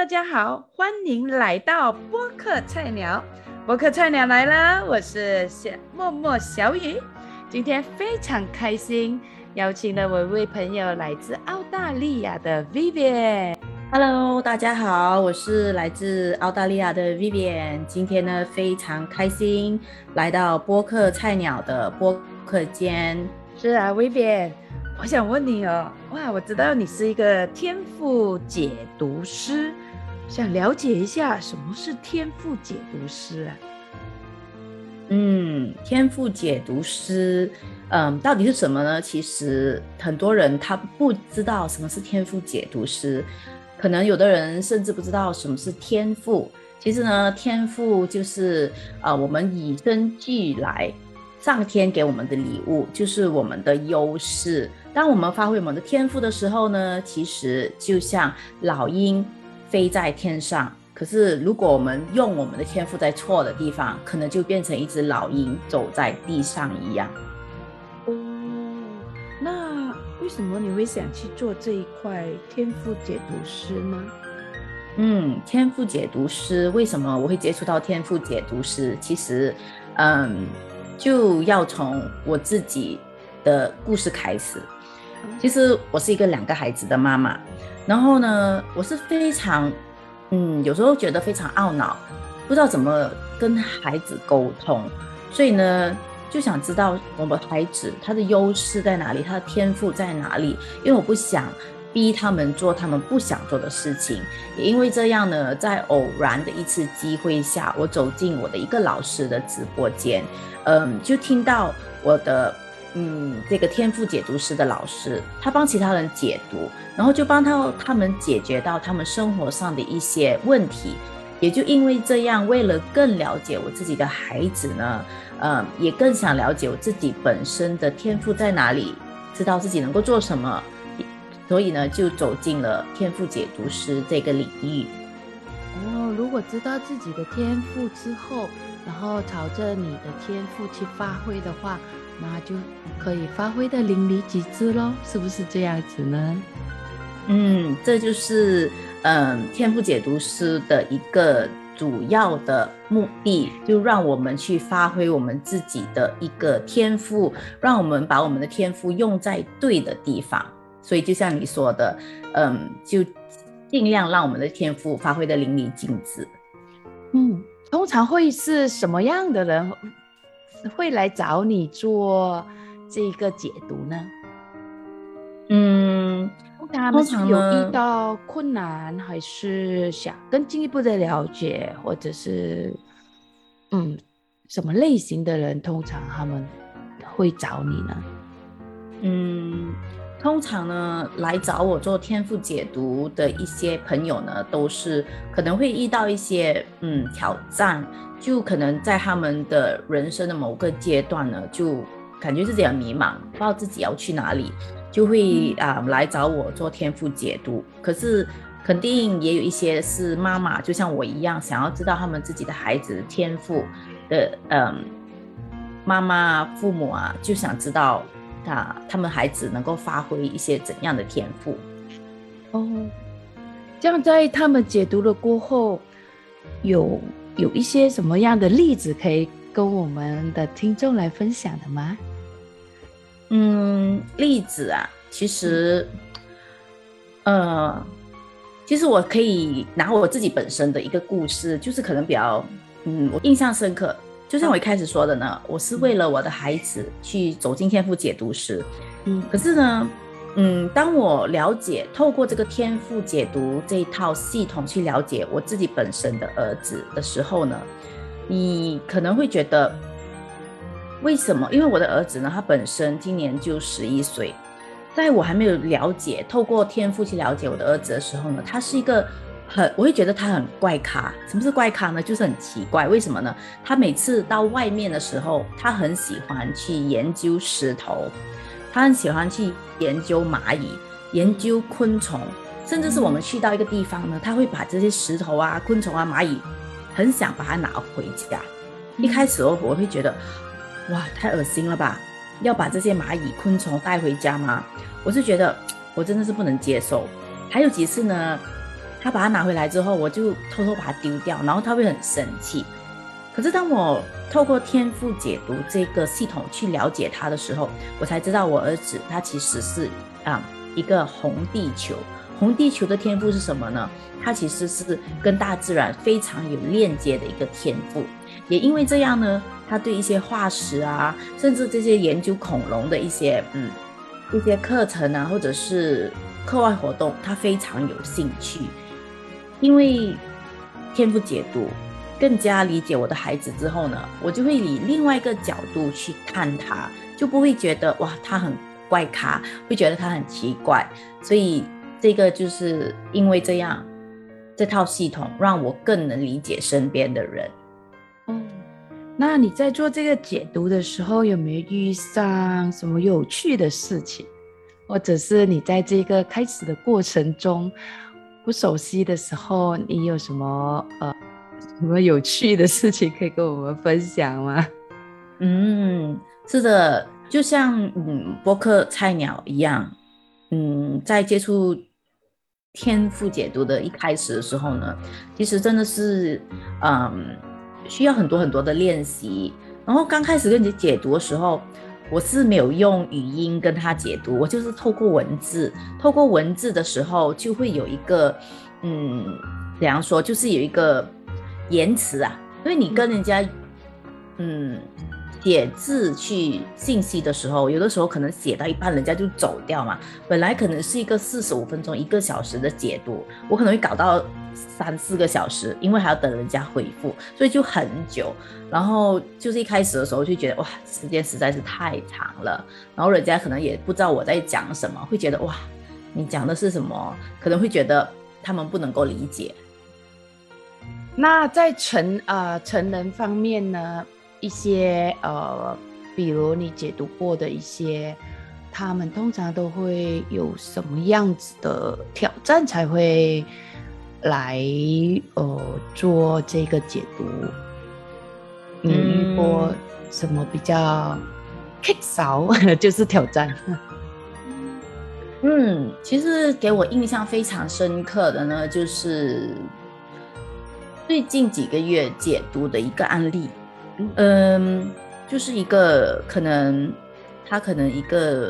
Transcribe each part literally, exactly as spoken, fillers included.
大家好，欢迎来到播客菜鸟。播客菜鸟来了，我是小默默小雨。今天非常开心，邀请了我一位朋友，来自澳大利亚的 Vivian。Hello， 大家好，我是来自澳大利亚的 Vivian。今天呢，非常开心来到播客菜鸟的播客间。 是啊 ，Vivian。我想问你哦，哇，我知道你是一个天赋解读师，想了解一下什么是天赋解读师啊？ 嗯，天赋解读师，嗯，到底是什么呢？其实很多人他不知道什么是天赋解读师，可能有的人甚至不知道什么是天赋。其实呢，天赋就是呃，我们与生俱来，上天给我们的礼物，就是我们的优势。当我们发挥我们的天赋的时候呢，其实就像老鹰飞在天上，可是如果我们用我们的天赋在错的地方，可能就变成一只老鹰走在地上一样。 哦，那为什么你会想去做这一块天赋解读师呢？ 嗯，天赋解读师，为什么我会接触到天赋解读师？其实，嗯，就要从我自己的故事开始。其实我是一个两个孩子的妈妈，然后呢，我是非常，嗯，有时候觉得非常懊恼，不知道怎么跟孩子沟通，所以呢，就想知道我们孩子他的优势在哪里，他的天赋在哪里，因为我不想逼他们做他们不想做的事情。也因为这样呢，在偶然的一次机会下，我走进我的一个老师的直播间，嗯，就听到我的嗯这个天赋解读师的老师，他帮其他人解读，然后就帮他他们解决到他们生活上的一些问题。也就因为这样，为了更了解我自己的孩子呢，嗯，也更想了解我自己本身的天赋在哪里，知道自己能够做什么，所以呢，就走进了天赋解读师这个领域。 哦，如果知道自己的天赋之后，然后朝着你的天赋去发挥的话，那就可以发挥的淋漓尽致咯，是不是这样子呢？ 嗯，这就是嗯天赋解读师的一个主要的目的，就让我们去发挥我们自己的一个天赋，让我们把我们的天赋用在对的地方。所以就像你说的，嗯，就尽量让我们的天赋发挥的淋漓尽致。 嗯，通常会是什么样的人会来找你做这个解读呢？ 嗯， 他们是有遇到困难，还是想更进一步的了解，或者是嗯什么类型的人通常他们会找你呢？ 嗯，通常呢来找我做天赋解读的一些朋友呢，都是可能会遇到一些嗯挑战，就可能在他们的人生的某个阶段呢，就感觉自己很迷茫，不知道自己要去哪里，就会啊、呃、来找我做天赋解读。可是肯定也有一些是妈妈，就像我一样，想要知道他们自己的孩子的天赋的，嗯，妈妈父母啊，就想知道啊他们孩子能够发挥一些怎样的天赋。 哦，这样在他们解读了过后，有有一些什么样的例子可以跟我们的听众来分享的吗？ 嗯，例子啊，其实，呃，其实我可以拿我自己本身的一个故事，就是可能比较，嗯，我印象深刻。就像我一开始说的呢，我是为了我的孩子去走进天赋解读师。嗯，可是呢，嗯，当我了解透过这个天赋解读这一套系统去了解我自己本身的儿子的时候呢，你可能会觉得。为什么？因为我的儿子呢，他本身今年就十一岁，在我还没有了解，透过天赋去了解我的儿子的时候呢，他是一个很，我会觉得他很怪咖。什么是怪咖呢？就是很奇怪。为什么呢？他每次到外面的时候，他很喜欢去研究石头，他很喜欢去研究蚂蚁，研究昆虫，甚至是我们去到一个地方呢，他会把这些石头啊、昆虫啊、蚂蚁，很想把它拿回家。一开始我我会觉得。哇，太恶心了吧！要把这些蚂蚁、昆虫带回家吗？我是觉得我真的是不能接受。还有几次呢， 他把它拿回来之后，我就偷偷把它丢掉，然后他会很生气。可是当我透过天赋解读这个系统去了解他的时候，我才知道我儿子他其实是、嗯、一个红地球。红地球的天赋是什么呢？它其实是跟大自然非常有链接的一个天赋。也因为这样呢，他对一些化石啊，甚至这些研究恐龙的一些嗯一些课程啊，或者是课外活动，他非常有兴趣。因为天赋解读更加理解我的孩子之后呢，我就会以另外一个角度去看他，就不会觉得哇他很怪咖，会觉得他很奇怪。所以这个就是因为这样，这套系统让我更能理解身边的人。 哦，那你在做这个解读的时候，有没有遇上什么有趣的事情，或者是你在这个开始的过程中不熟悉的时候，你有什么呃什么有趣的事情可以跟我们分享吗？ 嗯，是的，就像嗯播客菜鸟一样，嗯，在接触天赋解读的一开始的时候呢，其实真的是嗯需要很多很多的练习。然后刚开始跟你解读的时候，我是没有用语音跟他解读，我就是透过文字。透过文字的时候，就会有一个嗯怎样说，就是有一个言辞啊，因为你跟人家嗯写字去信息的时候，有的时候可能写到一半人家就走掉嘛，本来可能是一个四十五分钟一个小时的解读，我可能会搞到三四个小时，因为还要等人家回复，所以就很久。然后就是一开始的时候就觉得哇时间实在是太长了，然后人家可能也不知道我在讲什么，会觉得哇你讲的是什么，可能会觉得他们不能够理解。 那在成呃成人方面呢，一些呃，比如你解读过的一些，他们通常都会有什么样子的挑战才会来呃做这个解读？你遇过什么比较棘手就是挑战？ 嗯，其实给我印象非常深刻的呢，就是最近几个月解读的一个案例。嗯，就是一个可能他可能一个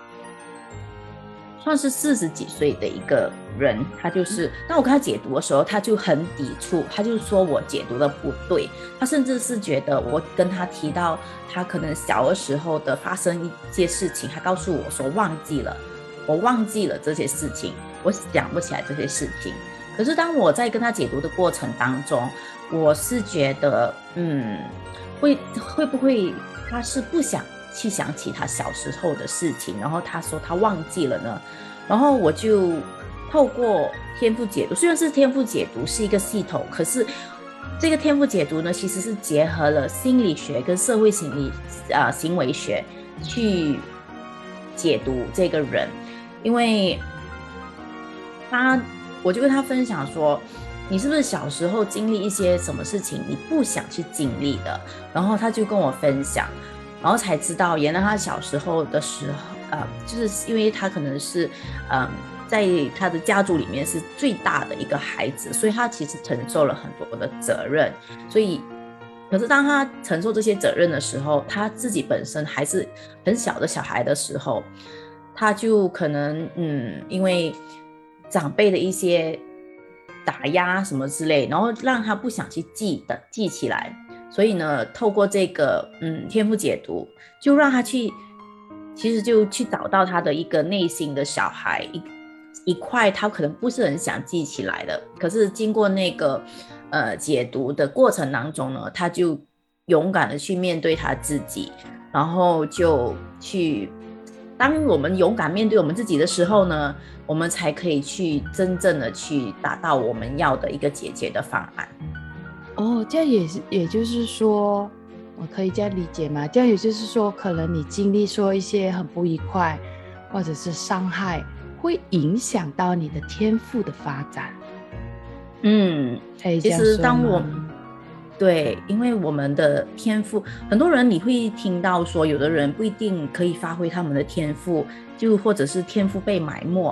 算是四十几岁的一个人，他就是当我跟他解读的时候，他就很抵触，他就说我解读的不对，他甚至是觉得我跟他提到他可能小的时候的发生一些事情，他告诉我说忘记了，我忘记了这些事情，我想不起来这些事情。可是当我在跟他解读的过程当中，我是觉得嗯会会不会他是不想去想起他小时候的事情，然后他说他忘记了呢？然后我就透过天赋解读，虽然是天赋解读是一个系统，可是这个天赋解读呢，其实是结合了心理学跟社会心理、呃、行为学去解读这个人。因为他我就跟他分享说，你是不是小时候经历一些什么事情你不想去经历的？然后他就跟我分享，然后才知道原来他小时候的时候呃，就是因为他可能是嗯，在他的家族里面是最大的一个孩子，所以他其实承受了很多的责任。所以可是当他承受这些责任的时候，他自己本身还是很小的小孩的时候，他就可能嗯，因为长辈的一些打压什么之类，然后让他不想去记的记起来。所以呢，透过这个嗯天赋解读，就让他去，其实就去找到他的一个内心的小孩一一块，他可能不是很想记起来的。可是经过那个呃解读的过程当中呢，他就勇敢的去面对他自己，然后就去。当我们勇敢面对我们自己的时候呢，我们才可以去真正的去达到我们要的一个解决的方案。 哦，这样也是，也就是说，我可以这样理解吗？这样也就是说，可能你经历说一些很不愉快，或者是伤害，会影响到你的天赋的发展。 嗯， 可以这样说吗？ 其实当我对，因为我们的天赋，很多人你会听到说，有的人不一定可以发挥他们的天赋，就或者是天赋被埋没。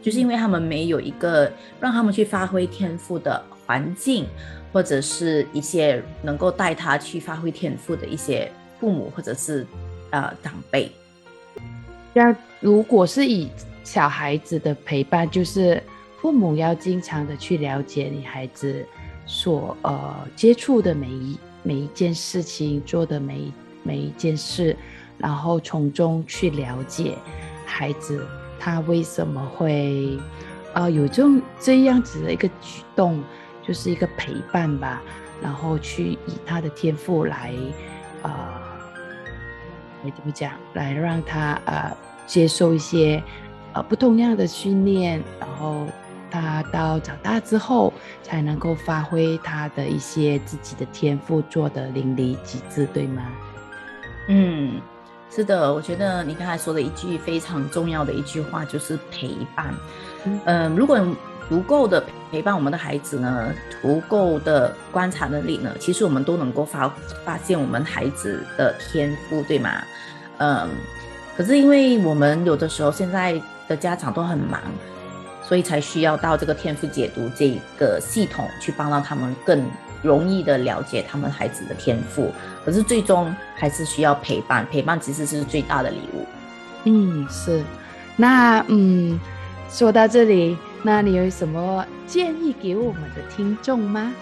就是因为他们没有一个让他们去发挥天赋的环境，或者是一些能够带他去发挥天赋的一些父母或者是、呃、长辈。 像如果是以小孩子的陪伴，就是父母要经常的去了解你孩子所呃接触的每一每一件事情，做的每一每一件事，然后从中去了解孩子他为什么会呃有这种这样子的一个举动，就是一个陪伴吧，然后去以他的天赋来呃来怎么讲，来让他呃接受一些呃不同样的训练，然后他到长大之后才能够发挥他的一些自己的天赋，做得淋漓极致，对吗？ 嗯，是的，我觉得你刚才说的一句非常重要的一句话就是陪伴。嗯、呃，如果足够的陪伴我们的孩子呢，足够的观察能力呢，其实我们都能够发发现我们孩子的天赋，对吗？嗯，可是因为我们有的时候现在的家长都很忙，所以才需要到这个天赋解读这个系统去帮到他们更容易的了解他们孩子的天赋。可是最终还是需要陪伴，陪伴其实是最大的礼物。 嗯，是。那嗯，说到这里，那你有什么建议给我们的听众吗？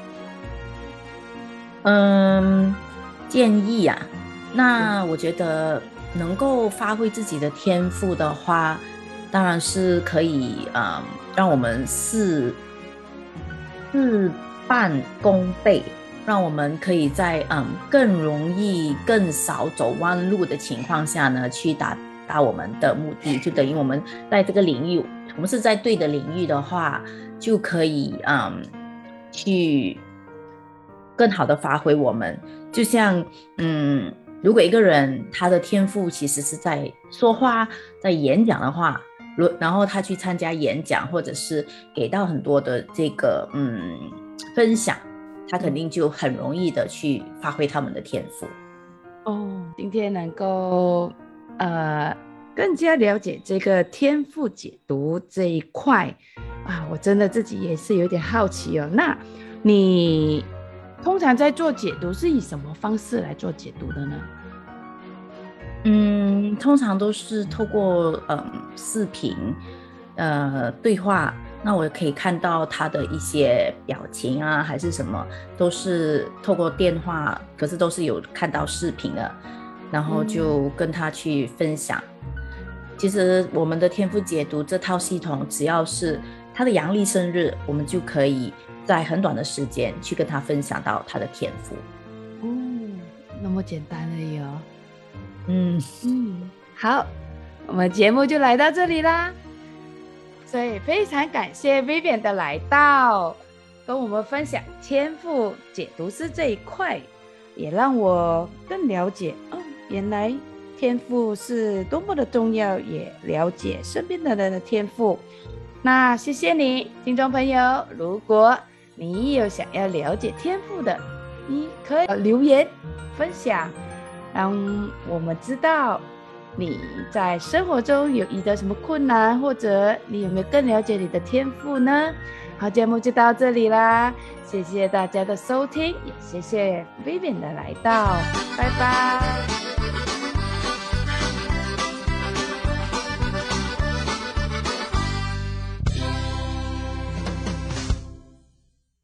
嗯，建议啊，那我觉得能够发挥自己的天赋的话，当然是可以，嗯，让我们事事半功倍，让我们可以在嗯更容易、更少走弯路的情况下呢，去达达我们的目的。就等于我们在这个领域，我们是在对的领域的话，就可以嗯去更好的发挥我们。就像嗯，如果一个人他的天赋其实是在说话、在演讲的话，然后他去参加演讲，或者是给到很多的这个嗯分享，他肯定就很容易的去发挥他们的天赋。 哦，今天能够呃更加了解这个天赋解读这一块啊，我真的自己也是有点好奇哦。那你通常在做解读是以什么方式来做解读的呢？ 嗯，通常都是透过嗯视频呃对话，那我可以看到他的一些表情啊，还是什么，都是透过电话，可是都是有看到视频的，然后就跟他去分享。嗯、其实我们的天赋解读这套系统，只要是他的阳历生日，我们就可以在很短的时间去跟他分享到他的天赋。 哦，那么简单而已哦。 嗯嗯，好，我们节目就来到这里啦。所以非常感谢 Vivian 的来到，跟我们分享天赋解读师这一块，也让我更了解哦，原来天赋是多么的重要，也了解身边的人的天赋。那谢谢你，听众朋友，如果你有想要了解天赋的，你可以留言分享，让我们知道你在生活中有遇到什么困难，或者你有没有更了解你的天赋呢？好，节目就到这里啦，谢谢大家的收听，也谢谢 Vivian 的来到，拜拜。